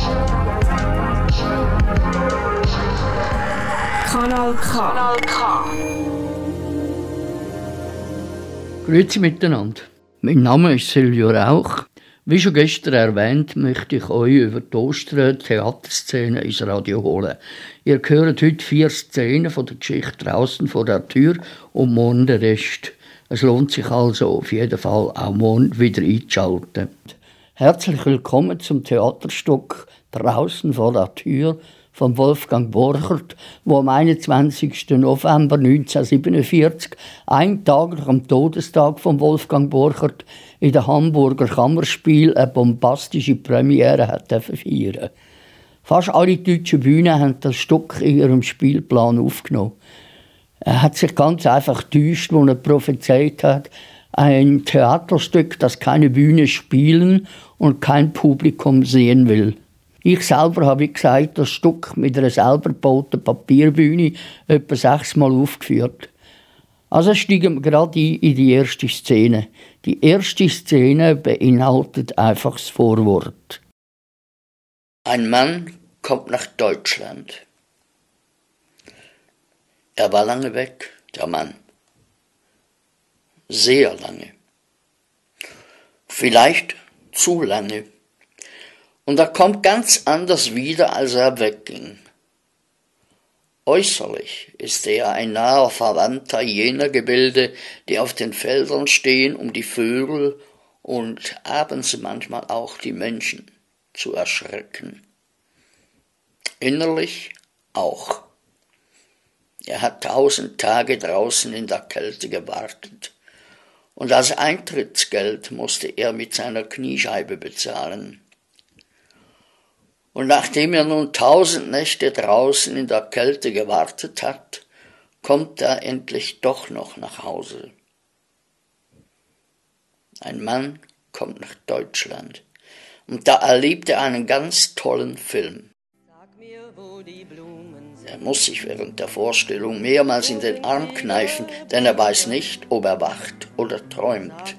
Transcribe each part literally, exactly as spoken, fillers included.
Kanal K. Kanal K. Grüezi miteinander. Mein Name ist Silvio Rauch. Wie schon gestern erwähnt, möchte ich euch über die Ostertheaterszene ins Radio holen. Ihr hört heute vier Szenen von der Geschichte draußen vor der Tür und morgen den Rest. Es lohnt sich also auf jeden Fall auch morgen wieder einzuschalten. Herzlich willkommen zum Theaterstück «Draußen vor der Tür» von Wolfgang Borchert, wo am einundzwanzigsten November neunzehnhundertsiebenundvierzig, ein Tag nach dem Todestag von Wolfgang Borchert, in der Hamburger Kammerspiel eine bombastische Premiere hat feiern. Fast alle deutschen Bühnen haben das Stück in ihrem Spielplan aufgenommen. Er hat sich ganz einfach getäuscht, als er prophezeit hat, ein Theaterstück, das keine Bühne spielen und kein Publikum sehen will. Ich selber habe, wie gesagt, das Stück mit einer selber gebauten Papierbühne etwa sechsmal aufgeführt. Also steigen wir gerade ein in die erste Szene. Die erste Szene beinhaltet einfach das Vorwort. Ein Mann kommt nach Deutschland. Er war lange weg, der Mann. Sehr lange. Vielleicht zu lange. Und er kommt ganz anders wieder, als er wegging. Äußerlich ist er ein naher Verwandter jener Gebilde, die auf den Feldern stehen, um die Vögel und abends manchmal auch die Menschen zu erschrecken. Innerlich auch. Er hat tausend Tage draußen in der Kälte gewartet, und als Eintrittsgeld musste er mit seiner Kniescheibe bezahlen. Und nachdem er nun tausend Nächte draußen in der Kälte gewartet hat, kommt er endlich doch noch nach Hause. Ein Mann kommt nach Deutschland, und da erlebt er einen ganz tollen Film. Er muss sich während der Vorstellung mehrmals in den Arm kneifen, denn er weiß nicht, ob er wacht oder träumt.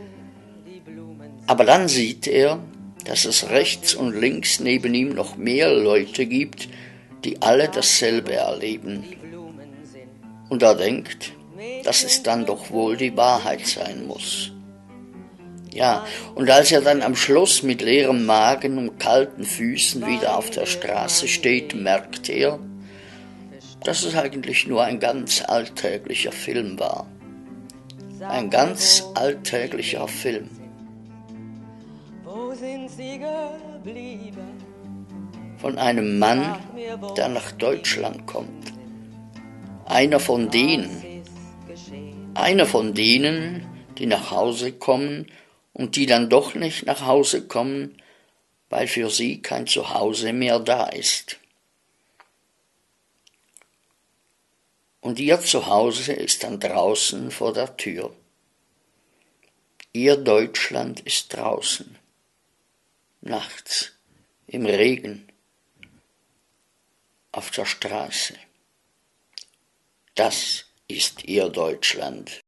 Aber dann sieht er, dass es rechts und links neben ihm noch mehr Leute gibt, die alle dasselbe erleben. Und er denkt, dass es dann doch wohl die Wahrheit sein muss. Ja, und als er dann am Schluss mit leerem Magen und kalten Füßen wieder auf der Straße steht, merkt er, dass es eigentlich nur ein ganz alltäglicher Film war. Ein ganz alltäglicher Film. Von einem Mann, der nach Deutschland kommt. Einer von denen, einer von denen, die nach Hause kommen und die dann doch nicht nach Hause kommen, weil für sie kein Zuhause mehr da ist. Und ihr Zuhause ist dann draußen vor der Tür. Ihr Deutschland ist draußen. Nachts, im Regen, auf der Straße. Das ist ihr Deutschland.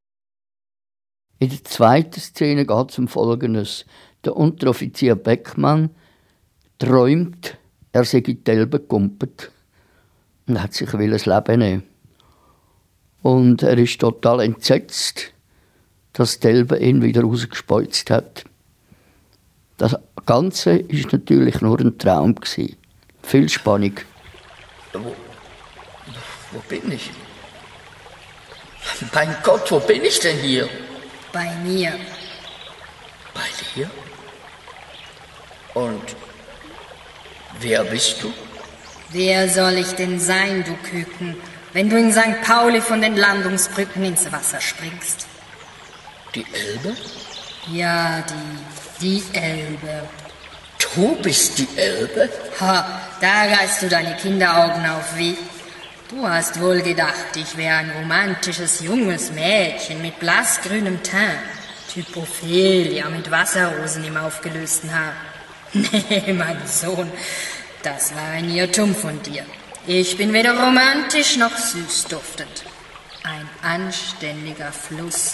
In der zweiten Szene geht es um Folgendes. Der Unteroffizier Beckmann träumt, er sei in die Elbe gekumpelt und hat sich das Leben nehmen. Und er ist total entsetzt, dass die Elbe ihn wieder rausgespeuzt hat. Das Ganze war natürlich nur ein Traum. Viel Spannung. Wo, wo bin ich? Mein Gott, wo bin ich denn hier? Bei mir. Bei dir? Und wer bist du? Wer soll ich denn sein, du Küken, wenn du in Sankt Pauli von den Landungsbrücken ins Wasser springst? Die Elbe? Ja, die, die Elbe. Du bist die Elbe? Ha, da reißt du deine Kinderaugen auf wie... Du hast wohl gedacht, ich wäre ein romantisches, junges Mädchen mit blassgrünem Teint. Typ Ophelia mit Wasserrosen im aufgelösten Haar. Nee, mein Sohn, das war ein Irrtum von dir. Ich bin weder romantisch noch süß duftend. Ein anständiger Fluss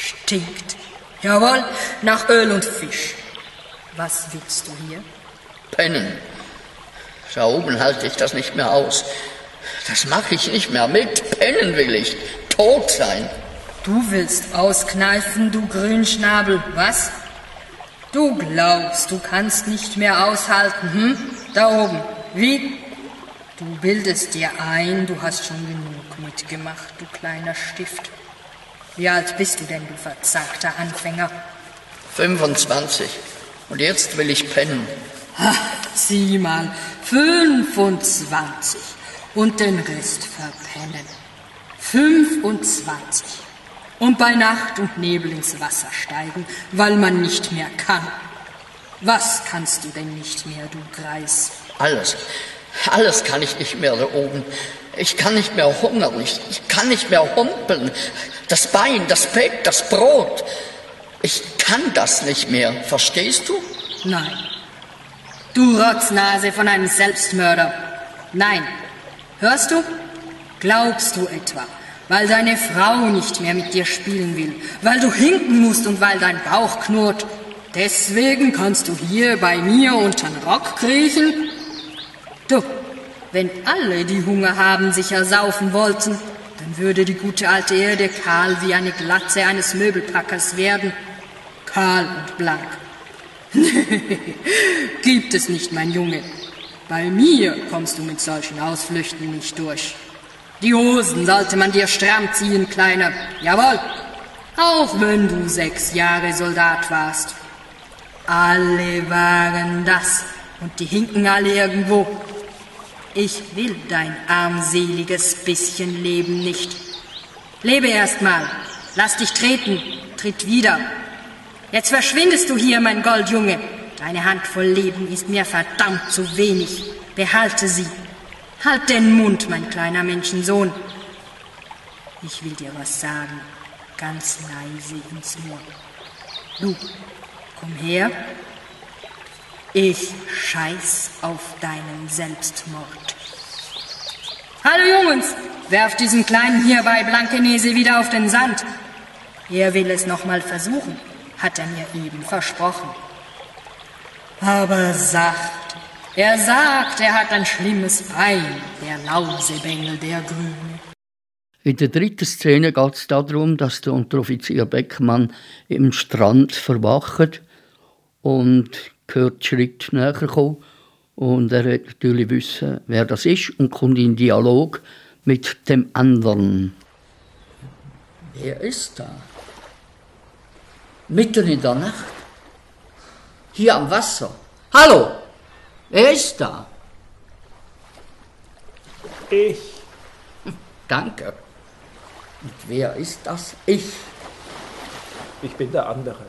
stinkt. Jawohl, nach Öl und Fisch. Was willst du hier? Pennen. Da oben halte ich das nicht mehr aus. Das mache ich nicht mehr mit. Pennen will ich. Tot sein. Du willst auskneifen, du Grünschnabel, was? Du glaubst, du kannst nicht mehr aushalten, hm? Da oben. Wie? Du bildest dir ein, du hast schon genug mitgemacht, du kleiner Stift. Wie alt bist du denn, du verzagter Anfänger? fünfundzwanzig. Und jetzt will ich pennen. Ha, sieh mal, fünfundzwanzig. Und den Rest verpennen. fünfundzwanzig. Und bei Nacht und Nebel ins Wasser steigen, weil man nicht mehr kann. Was kannst du denn nicht mehr, du Greis? Alles. Alles kann ich nicht mehr da oben. Ich kann nicht mehr hungern. Ich, ich kann nicht mehr humpeln. Das Bein, das Bett, das Brot. Ich kann das nicht mehr. Verstehst du? Nein. Du Rotznase von einem Selbstmörder. Nein. Hörst du? Glaubst du etwa, weil deine Frau nicht mehr mit dir spielen will, weil du hinken musst und weil dein Bauch knurrt, deswegen kannst du hier bei mir unter den Rock kriechen? Du, wenn alle, die Hunger haben, sich ersaufen wollten, dann würde die gute alte Erde kahl wie eine Glatze eines Möbelpackers werden. Kahl und blank. Gibt es nicht, mein Junge. Bei mir kommst du mit solchen Ausflüchten nicht durch. Die Hosen sollte man dir stramm ziehen, Kleiner. Jawohl, auch wenn du sechs Jahre Soldat warst. Alle waren das und die hinken alle irgendwo. Ich will dein armseliges bisschen Leben nicht. Lebe erst mal, lass dich treten, tritt wieder. Jetzt verschwindest du hier, mein Goldjunge. Deine Handvoll Leben ist mir verdammt zu wenig. Behalte sie. Halt den Mund, mein kleiner Menschensohn. Ich will dir was sagen, ganz leise ins Ohr. Du, komm her. Ich scheiß auf deinen Selbstmord. Hallo Jungens, werft diesen Kleinen hier bei Blankenese wieder auf den Sand. Er will es noch mal versuchen, hat er mir eben versprochen. Aber sacht. Er sagt, er hat ein schlimmes Bein, der Lausebengel, der Grüne. In der dritten Szene geht es darum, dass der Unteroffizier Beckmann im Strand verwacht und hört Schritt näher kommen. Und er will natürlich wissen, wer das ist und kommt in Dialog mit dem anderen. Wer ist da? Mitten in der Nacht? Hier am Wasser. Hallo! Wer ist da? Ich. Danke. Und wer ist das? Ich. Ich bin der andere.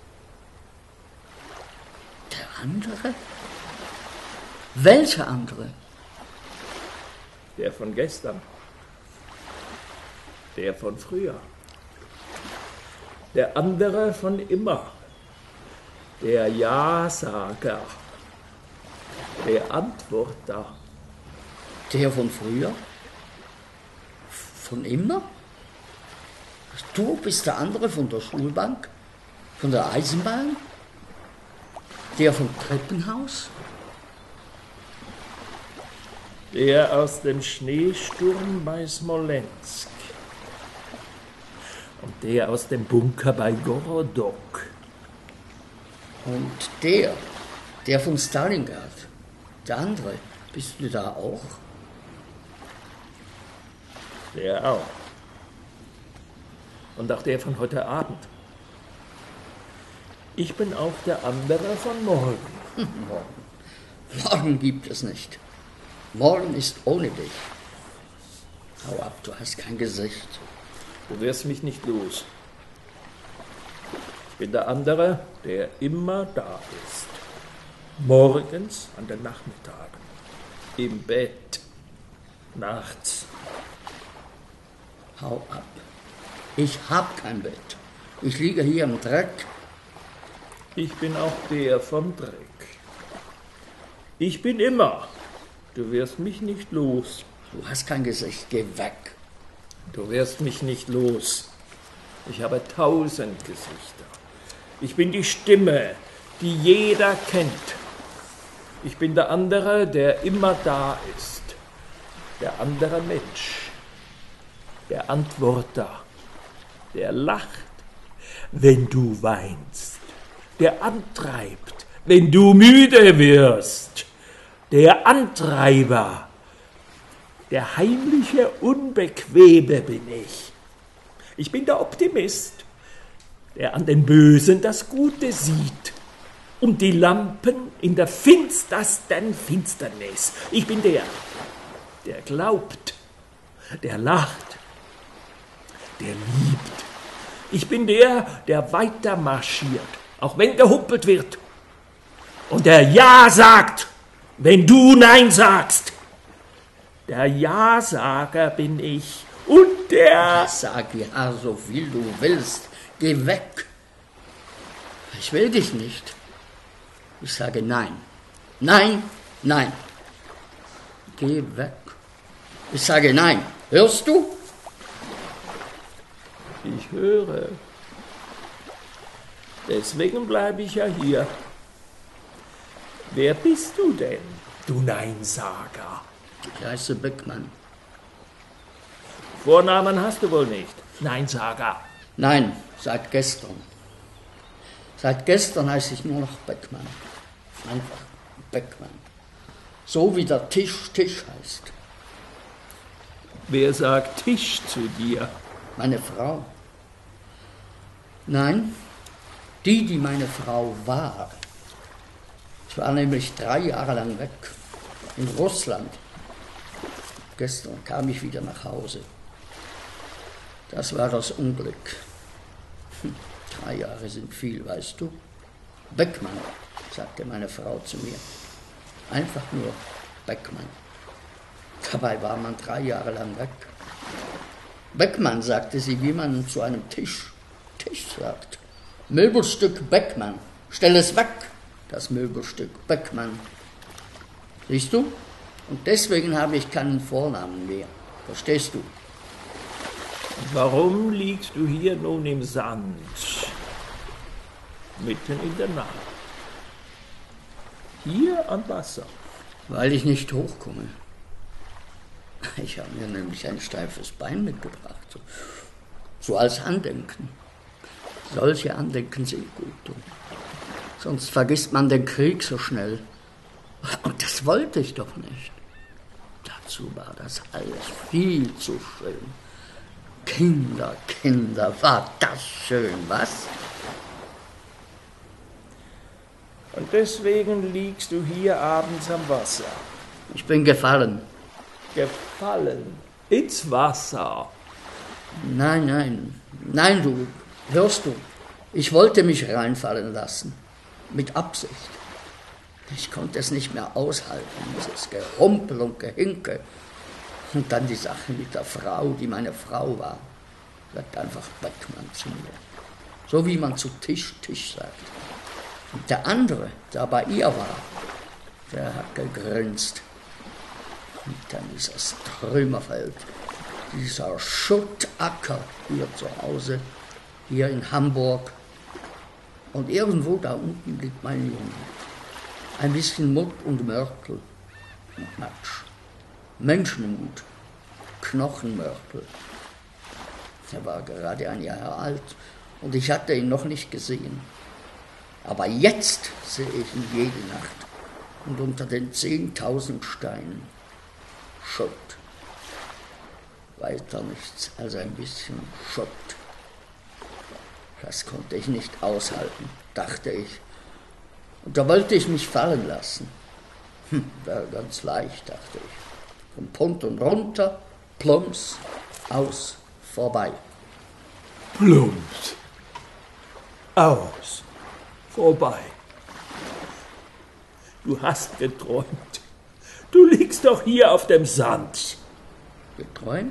Der andere? Welcher andere? Der von gestern. Der von früher. Der andere von immer. Der Ja-Sager. Der Antworter. Der von früher? Von immer? Du bist der andere von der Schulbank? Von der Eisenbahn? Der vom Treppenhaus? Der aus dem Schneesturm bei Smolensk. Und der aus dem Bunker bei Gorodok. Und der, der von Stalingrad. Der andere, bist du da auch? Der auch. Und auch der von heute Abend. Ich bin auch der andere von morgen. Hm, morgen. Morgen gibt es nicht. Morgen ist ohne dich. Hau ab, du hast kein Gesicht. Du wirst mich nicht los. Ich bin der andere, der immer da ist. Morgens an den Nachmittagen. Im Bett. Nachts. Hau ab. Ich hab kein Bett. Ich liege hier im Dreck. Ich bin auch der vom Dreck. Ich bin immer. Du wirst mich nicht los. Du hast kein Gesicht. Geh weg. Du wirst mich nicht los. Ich habe tausend Gesichter. Ich bin die Stimme, die jeder kennt. Ich bin der andere, der immer da ist. Der andere Mensch. Der Antworter. Der lacht, wenn du weinst. Der antreibt, wenn du müde wirst. Der Antreiber. Der heimliche Unbequeme bin ich. Ich bin der Optimist, der an den Bösen das Gute sieht. Und die Lampen in der finstersten Finsternis. Ich bin der, der glaubt, der lacht, der liebt. Ich bin der, der weiter marschiert, auch wenn gehumpelt wird. Und der Ja sagt, wenn du Nein sagst. Der Ja-Sager bin ich. Und der... Sag ja, so viel du willst. Geh weg. Ich will dich nicht. Ich sage nein. Nein, nein. Geh weg. Ich sage nein. Hörst du? Ich höre. Deswegen bleibe ich ja hier. Wer bist du denn, du Neinsager? Ich heiße Beckmann. Vornamen hast du wohl nicht, Neinsager. Nein, seit gestern. Seit gestern heiße ich nur noch Beckmann. Einfach Beckmann. So wie der Tisch Tisch heißt. Wer sagt Tisch zu dir? Meine Frau. Nein, die, die meine Frau war. Ich war nämlich drei Jahre lang weg, in Russland. Gestern kam ich wieder nach Hause. Das war das Unglück. Hm, drei Jahre sind viel, weißt du? Beckmann, sagte meine Frau zu mir. Einfach nur Beckmann. Dabei war man drei Jahre lang weg. Beckmann, sagte sie, wie man zu einem Tisch, Tisch sagt. Möbelstück Beckmann, stell es weg, das Möbelstück Beckmann. Siehst du? Und deswegen habe ich keinen Vornamen mehr. Verstehst du? Warum liegst du hier nun im Sand? Mitten in der Nacht. Hier am Wasser. Weil ich nicht hochkomme. Ich habe mir nämlich ein steifes Bein mitgebracht. So, so als Andenken. Solche Andenken sind gut. Und sonst vergisst man den Krieg so schnell. Und das wollte ich doch nicht. Dazu war das alles viel zu schön. Kinder, Kinder, war das schön, was? Und deswegen liegst du hier abends am Wasser. Ich bin gefallen. Gefallen? Ins Wasser? Nein, nein, nein, du, hörst du, ich wollte mich reinfallen lassen. Mit Absicht. Ich konnte es nicht mehr aushalten, dieses Gehumpel und Gehinke. Und dann die Sache mit der Frau, die meine Frau war. Sagt einfach Beckmann zu mir. So wie man zu Tisch, Tisch sagt. Und der andere, der bei ihr war, der hat gegrinst. Und dann dieses Trümmerfeld, dieser Schuttacker hier zu Hause, hier in Hamburg. Und irgendwo da unten liegt mein Junge. Ein bisschen Mutt und Mörtel und Matsch. Menschenmut, Knochenmörtel. Er war gerade ein Jahr alt und ich hatte ihn noch nicht gesehen. Aber jetzt sehe ich ihn jede Nacht und unter den zehntausend Steinen Schutt. Weiter nichts als ein bisschen Schutt. Das konnte ich nicht aushalten, dachte ich. Und da wollte ich mich fallen lassen. Hm, wäre ganz leicht, dachte ich. Von Punt und runter, plumps, aus, vorbei. Plumps, aus, vorbei. Du hast geträumt. Du liegst doch hier auf dem Sand. Geträumt?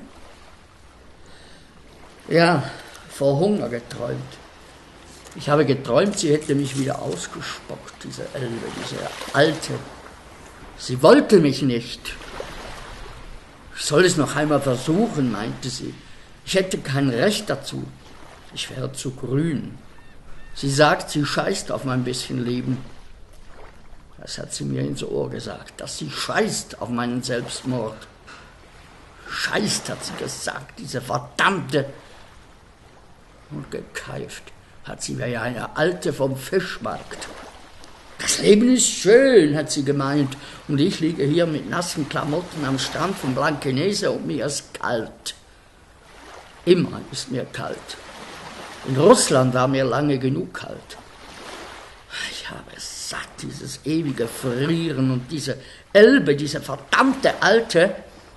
Ja, vor Hunger geträumt. Ich habe geträumt, sie hätte mich wieder ausgespuckt, diese Elbe, diese alte. Sie wollte mich nicht. Ich soll es noch einmal versuchen, meinte sie. Ich hätte kein Recht dazu. Ich wäre zu grün. Sie sagt, sie scheißt auf mein bisschen Leben. Das hat sie mir ins Ohr gesagt, dass sie scheißt auf meinen Selbstmord. Scheißt, hat sie gesagt, diese verdammte. Und gekeift hat sie wie eine Alte vom Fischmarkt. Das Leben ist schön, hat sie gemeint. Und ich liege hier mit nassen Klamotten am Strand von Blankenese und mir ist kalt. Immer ist mir kalt. In Russland war mir lange genug kalt. Ich habe es satt, dieses ewige Frieren und diese Elbe, diese verdammte Alte.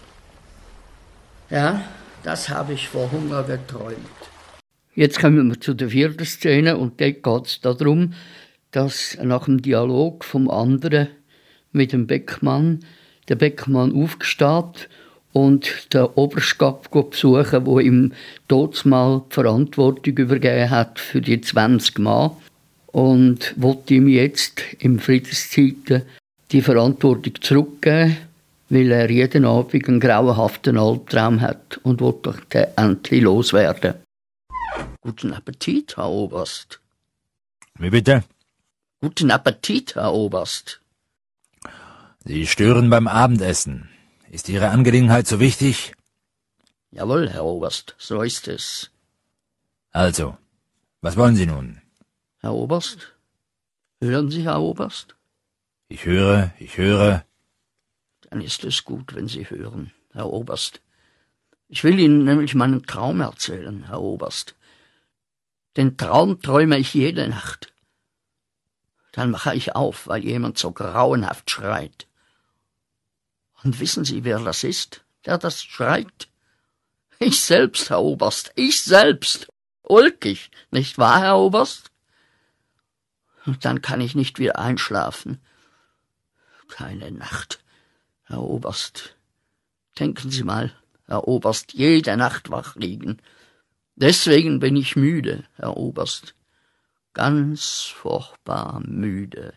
Ja, das habe ich vor Hunger geträumt. Jetzt kommen wir zu der vierten Szene und dort geht es darum, dass nach dem Dialog vom anderen mit dem Beckmann der Beckmann aufsteht und den Oberst besuchen, der ihm damals die Verantwortung übergeben hat für die zwanzig Mann und will ihm jetzt im Friedenszeiten die Verantwortung zurückgeben, weil er jeden Abend einen grauenhaften Albtraum hat und will doch den endlich loswerden. Guten Appetit, Herr Oberst. Wie bitte? Guten Appetit, Herr Oberst. Sie stören beim Abendessen. Ist Ihre Angelegenheit so wichtig? Jawohl, Herr Oberst, so ist es. Also, was wollen Sie nun? Herr Oberst? Hören Sie, Herr Oberst? Ich höre, ich höre. Dann ist es gut, wenn Sie hören, Herr Oberst. Ich will Ihnen nämlich meinen Traum erzählen, Herr Oberst. Den Traum träume ich jede Nacht. Dann mache ich auf, weil jemand so grauenhaft schreit. Und wissen Sie, wer das ist, der das schreit? Ich selbst, Herr Oberst, ich selbst. Ulkig, nicht wahr, Herr Oberst? Und dann kann ich nicht wieder einschlafen. Keine Nacht, Herr Oberst. Denken Sie mal, Herr Oberst, jede Nacht wach liegen. Deswegen bin ich müde, Herr Oberst. Ganz furchtbar müde.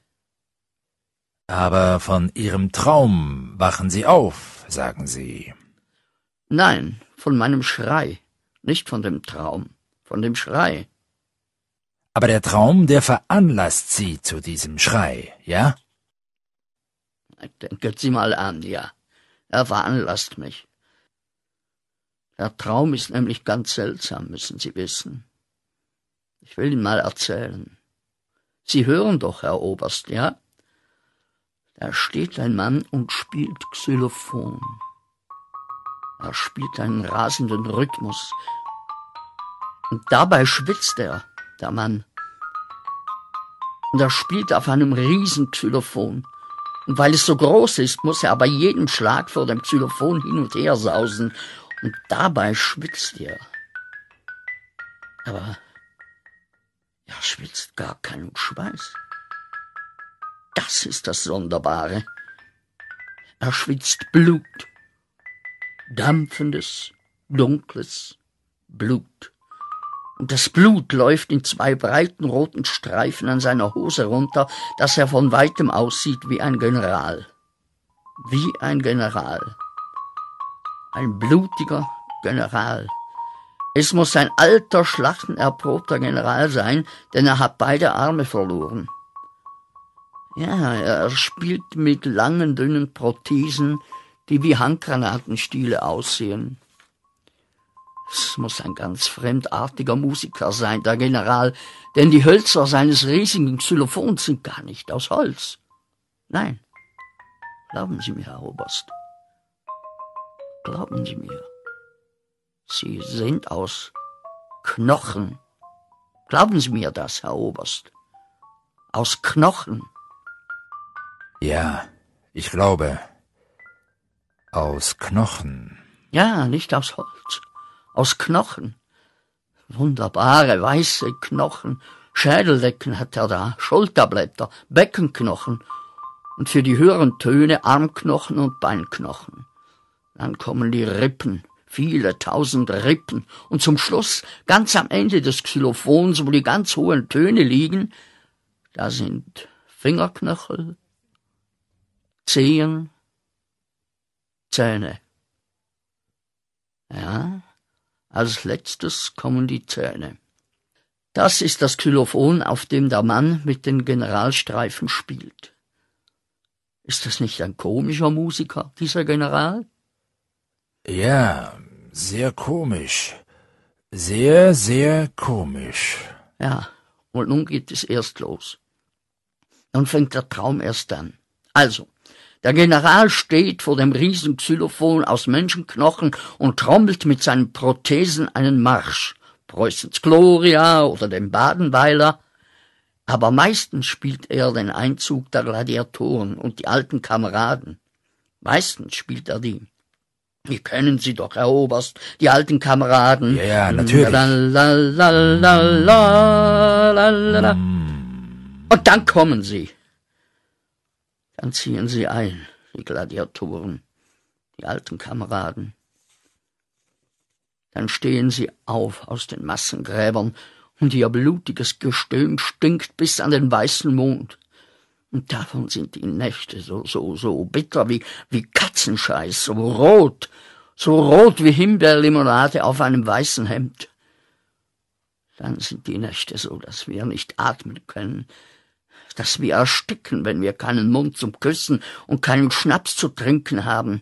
Aber von Ihrem Traum wachen Sie auf, sagen Sie. Nein, von meinem Schrei, nicht von dem Traum, von dem Schrei. Aber der Traum, der veranlasst Sie zu diesem Schrei, ja? Denken Sie mal an, ja. Er veranlasst mich. Der Traum ist nämlich ganz seltsam, müssen Sie wissen. Ich will Ihnen mal erzählen. Sie hören doch, Herr Oberst, ja? Da steht ein Mann und spielt Xylophon. Er spielt einen rasenden Rhythmus. Und dabei schwitzt er, der Mann. Und er spielt auf einem riesen Xylophon. Und weil es so groß ist, muss er bei jedem Schlag vor dem Xylophon hin und her sausen. Und dabei schwitzt er. Aber er schwitzt gar keinen Schweiß. Das ist das Sonderbare. Er schwitzt Blut. Dampfendes, dunkles Blut. Und das Blut läuft in zwei breiten roten Streifen an seiner Hose runter, dass er von weitem aussieht wie ein General. Wie ein General. Ein blutiger General. Es muss ein alter, schlachtenerprobter General sein, denn er hat beide Arme verloren. Ja, er spielt mit langen, dünnen Prothesen, die wie Handgranatenstiele aussehen. Es muss ein ganz fremdartiger Musiker sein, der General, denn die Hölzer seines riesigen Xylophons sind gar nicht aus Holz. Nein, glauben Sie mir, Herr Oberst. Glauben Sie mir. Sie sind aus Knochen. Glauben Sie mir das, Herr Oberst. Aus Knochen. Ja, ich glaube. Aus Knochen. Ja, nicht aus Holz. Aus Knochen. Wunderbare, weiße Knochen. Schädeldecken hat er da, Schulterblätter, Beckenknochen. Und für die höheren Töne Armknochen und Beinknochen. Dann kommen die Rippen, viele tausend Rippen. Und zum Schluss, ganz am Ende des Xylophons, wo die ganz hohen Töne liegen, da sind Fingerknöchel, Zehen, Zähne. Ja, als letztes kommen die Zähne. Das ist das Xylophon, auf dem der Mann mit den Generalstreifen spielt. Ist das nicht ein komischer Musiker, dieser General? Ja, sehr komisch. Sehr, sehr komisch. Ja, und nun geht es erst los. Nun fängt der Traum erst an. Also, der General steht vor dem riesigen Xylophon aus Menschenknochen und trommelt mit seinen Prothesen einen Marsch. Preußens Gloria oder den Badenweiler. Aber meistens spielt er den Einzug der Gladiatoren und die alten Kameraden. Meistens spielt er die. Wir kennen sie doch, Herr Oberst, die alten Kameraden. Ja, ja, natürlich. La, la, la, la, la, la, la. Und dann kommen sie. Dann ziehen sie ein, die Gladiatoren, die alten Kameraden. Dann stehen sie auf aus den Massengräbern, und ihr blutiges Gestöhn stinkt bis an den weißen Mond. Und davon sind die Nächte so, so, so bitter wie, wie Katzenscheiß, so rot, so rot wie Himbeerlimonade auf einem weißen Hemd. Dann sind die Nächte so, dass wir nicht atmen können, dass wir ersticken, wenn wir keinen Mund zum Küssen und keinen Schnaps zu trinken haben.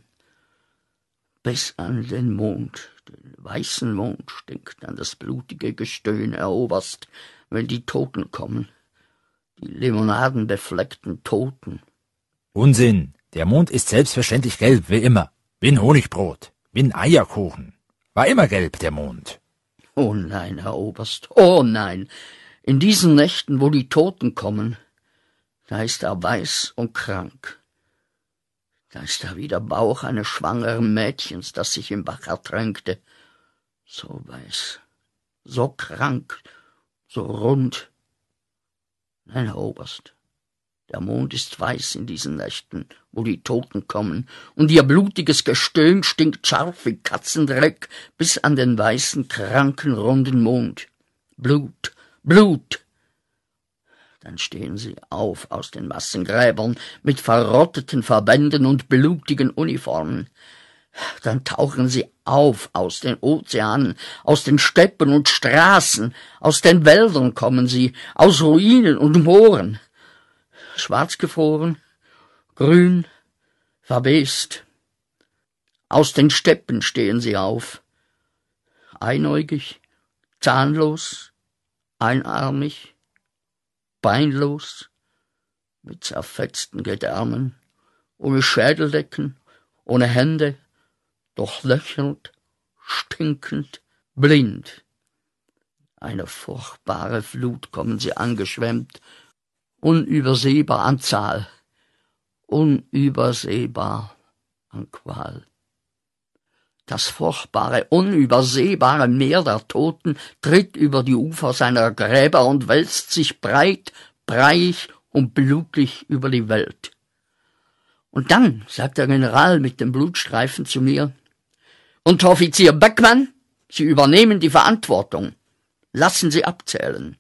Bis an den Mond, den weißen Mond, stinkt dann das blutige Gestöhn, Herr Oberst, wenn die Toten kommen. Die limonadenbefleckten Toten. Unsinn. Der Mond ist selbstverständlich gelb, wie immer. Wie ein Honigbrot. Wie ein Eierkuchen. War immer gelb, der Mond. Oh nein, Herr Oberst, oh nein. In diesen Nächten, wo die Toten kommen, da ist er weiß und krank. Da ist er wie der Bauch eines schwangeren Mädchens, das sich im Bach ertränkte. So weiß, so krank, so rund. Nein, Herr Oberst, der Mond ist weiß in diesen Nächten, wo die Toten kommen, und ihr blutiges Gestöhn stinkt scharf wie Katzendreck bis an den weißen, kranken, runden Mond. Blut, Blut! Dann stehen sie auf aus den Massengräbern mit verrotteten Verbänden und blutigen Uniformen. Dann tauchen sie auf aus den Ozeanen, aus den Steppen und Straßen, aus den Wäldern kommen sie, aus Ruinen und Mooren. Schwarzgefroren, grün, verwest. Aus den Steppen stehen sie auf, einäugig, zahnlos, einarmig, beinlos, mit zerfetzten Gedärmen, ohne Schädeldecken, ohne Hände, durchlöchert, stinkend, blind. Eine furchtbare Flut kommen sie angeschwemmt, unübersehbar an Zahl, unübersehbar an Qual. Das furchtbare, unübersehbare Meer der Toten tritt über die Ufer seiner Gräber und wälzt sich breit, breiig und blutig über die Welt. Und dann sagt der General mit dem Blutstreifen zu mir: Unteroffizier Beckmann, Sie übernehmen die Verantwortung. Lassen Sie abzählen.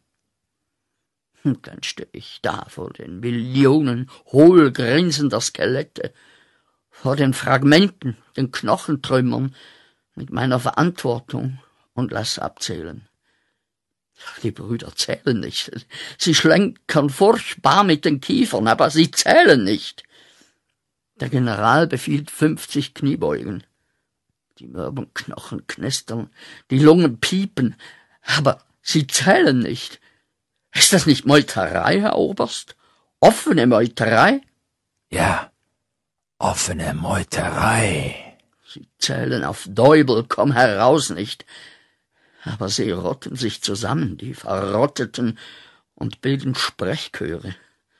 Und dann stehe ich da vor den Millionen hohl grinsender Skelette, vor den Fragmenten, den Knochentrümmern, mit meiner Verantwortung und lass abzählen. Die Brüder zählen nicht. Sie schlenkern furchtbar mit den Kiefern, aber sie zählen nicht. Der General befiehlt fünfzig Kniebeugen. Die mürben Knochen knistern, die Lungen piepen, aber sie zählen nicht. Ist das nicht Meuterei, Herr Oberst? Offene Meuterei? Ja, offene Meuterei. Sie zählen auf Deubel, komm heraus nicht. Aber sie rotten sich zusammen, die Verrotteten, und bilden Sprechchöre.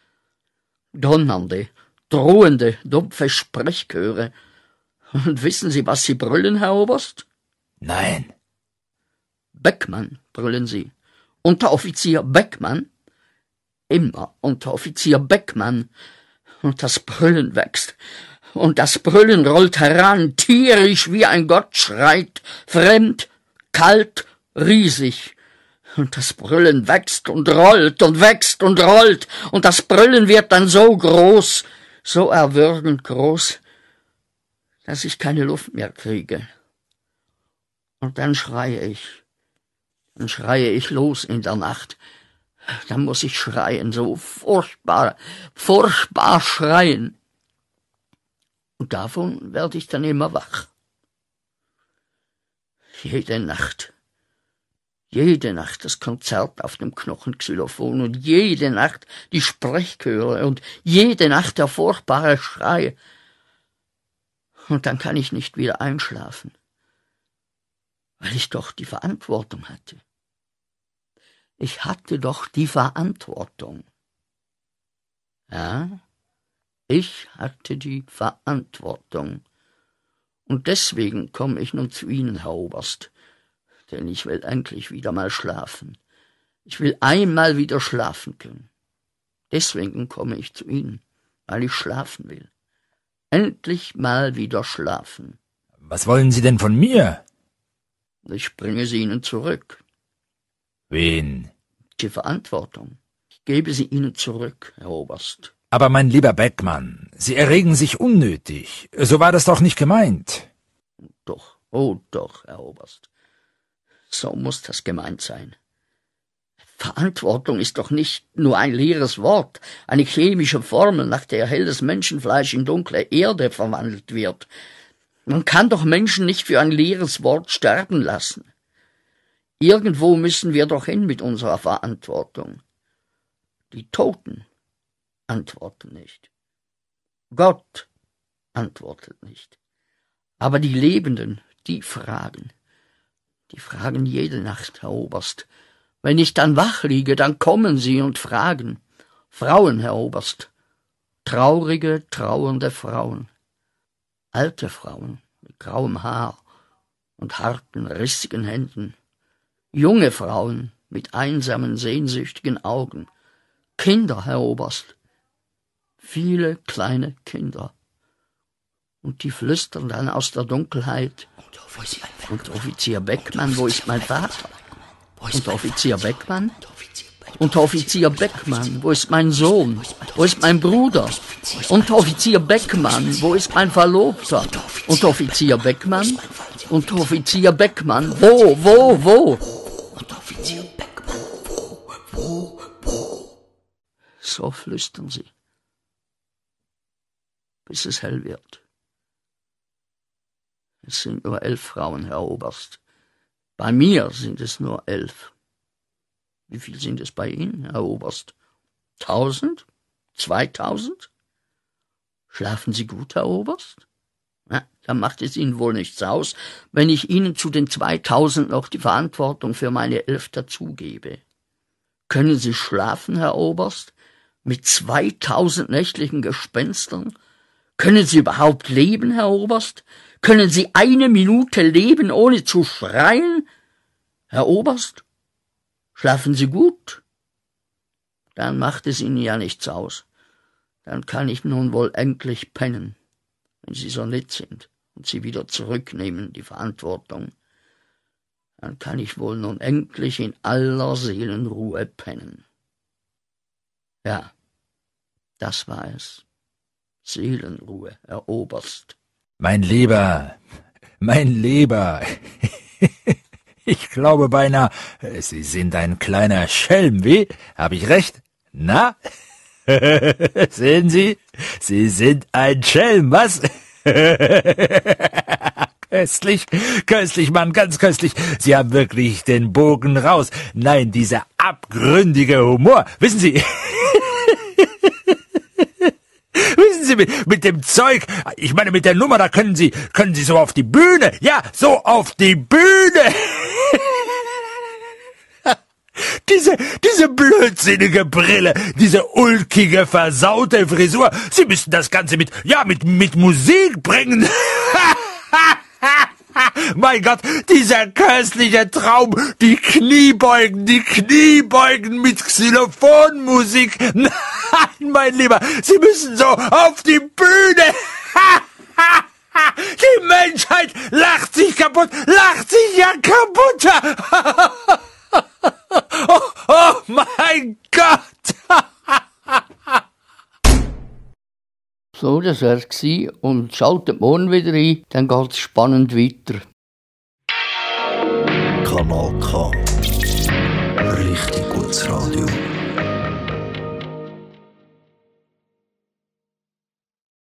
Donnernde, drohende, dumpfe Sprechchöre. Und wissen Sie, was sie brüllen, Herr Oberst? Nein. Beckmann, brüllen sie. Unteroffizier Beckmann? Immer Unteroffizier Beckmann. Und das Brüllen wächst. Und das Brüllen rollt heran, tierisch wie ein Gott schreit, fremd, kalt, riesig. Und das Brüllen wächst und rollt und wächst und rollt. Und das Brüllen wird dann so groß, so erwürgend groß, dass ich keine Luft mehr kriege. Und dann schreie ich. Dann schreie ich los in der Nacht. Dann muss ich schreien, so furchtbar, furchtbar schreien. Und davon werde ich dann immer wach. Jede Nacht. Jede Nacht das Konzert auf dem Knochenxylophon und jede Nacht die Sprechchöre und jede Nacht der furchtbare Schrei. Und dann kann ich nicht wieder einschlafen, weil ich doch die Verantwortung hatte. Ich hatte doch die Verantwortung. Ja, ich hatte die Verantwortung. Und deswegen komme ich nun zu Ihnen, Herr Oberst, denn ich will endlich wieder mal schlafen. Ich will einmal wieder schlafen können. Deswegen komme ich zu Ihnen, weil ich schlafen will. Endlich mal wieder schlafen. Was wollen Sie denn von mir? Ich bringe sie Ihnen zurück. Wen? Die Verantwortung. Ich gebe sie Ihnen zurück, Herr Oberst. Aber mein lieber Beckmann, Sie erregen sich unnötig. So war das doch nicht gemeint. Doch, oh doch, Herr Oberst. So muss das gemeint sein. Verantwortung ist doch nicht nur ein leeres Wort, eine chemische Formel, nach der helles Menschenfleisch in dunkle Erde verwandelt wird. Man kann doch Menschen nicht für ein leeres Wort sterben lassen. Irgendwo müssen wir doch hin mit unserer Verantwortung. Die Toten antworten nicht. Gott antwortet nicht. Aber die Lebenden, die fragen. Die fragen jede Nacht, Herr Oberst. Wenn ich dann wach liege, dann kommen sie und fragen. Frauen, Herr Oberst. Traurige, trauernde Frauen. Alte Frauen mit grauem Haar und harten, rissigen Händen. Junge Frauen mit einsamen, sehnsüchtigen Augen. Kinder, Herr Oberst. Viele kleine Kinder. Und die flüstern dann aus der Dunkelheit. Und Offizier Beckmann, wo ist mein Vater? Und Offizier Beckmann? Und Offizier Beckmann, wo ist mein Sohn? Wo ist mein Bruder? Und Offizier Beckmann, wo ist mein Verlobter? Und Offizier Beckmann? Und Offizier Beckmann, wo, wo, wo? Und Offizier Beckmann, wo, wo, wo? So flüstern sie, bis es hell wird. Es sind nur elf Frauen, Herr Oberst. Bei mir sind es nur elf. Wie viel sind es bei Ihnen, Herr Oberst? Tausend? Zweitausend? Schlafen Sie gut, Herr Oberst? Na, dann macht es Ihnen wohl nichts aus, wenn ich Ihnen zu den zweitausend noch die Verantwortung für meine elf dazugebe. Können Sie schlafen, Herr Oberst, mit zweitausend nächtlichen Gespenstern? Können Sie überhaupt leben, Herr Oberst? Können Sie eine Minute leben, ohne zu schreien? Herr Oberst, schlafen Sie gut? Dann macht es Ihnen ja nichts aus. Dann kann ich nun wohl endlich pennen, wenn Sie so nett sind und Sie wieder zurücknehmen, die Verantwortung. Dann kann ich wohl nun endlich in aller Seelenruhe pennen. Ja, das war es. Seelenruhe, Herr Oberst. Mein Lieber, mein Lieber, ich glaube beinahe, Sie sind ein kleiner Schelm, wie? Hab ich recht? Na? Sehen Sie? Sie sind ein Schelm, was? Köstlich, köstlich, Mann, ganz köstlich. Sie haben wirklich den Bogen raus. Nein, dieser abgründige Humor. Wissen Sie... Wissen Sie, mit, mit dem Zeug, ich meine mit der Nummer, da können Sie, können Sie so auf die Bühne, ja, so auf die Bühne. diese, diese blödsinnige Brille, diese ulkige, versaute Frisur, Sie müssten das Ganze mit, ja, mit, mit Musik bringen. Mein Gott, dieser köstliche Traum, die Kniebeugen, die Kniebeugen mit Xylophonmusik. Nein, mein Lieber, Sie müssen so auf die Bühne. Die Menschheit lacht sich kaputt, lacht sich ja kaputt. Oh, oh mein Gott. So, das wär's gsi. Und schaltet morgen wieder ein, dann geht's spannend weiter. Kanal K. Richtig gutes Radio.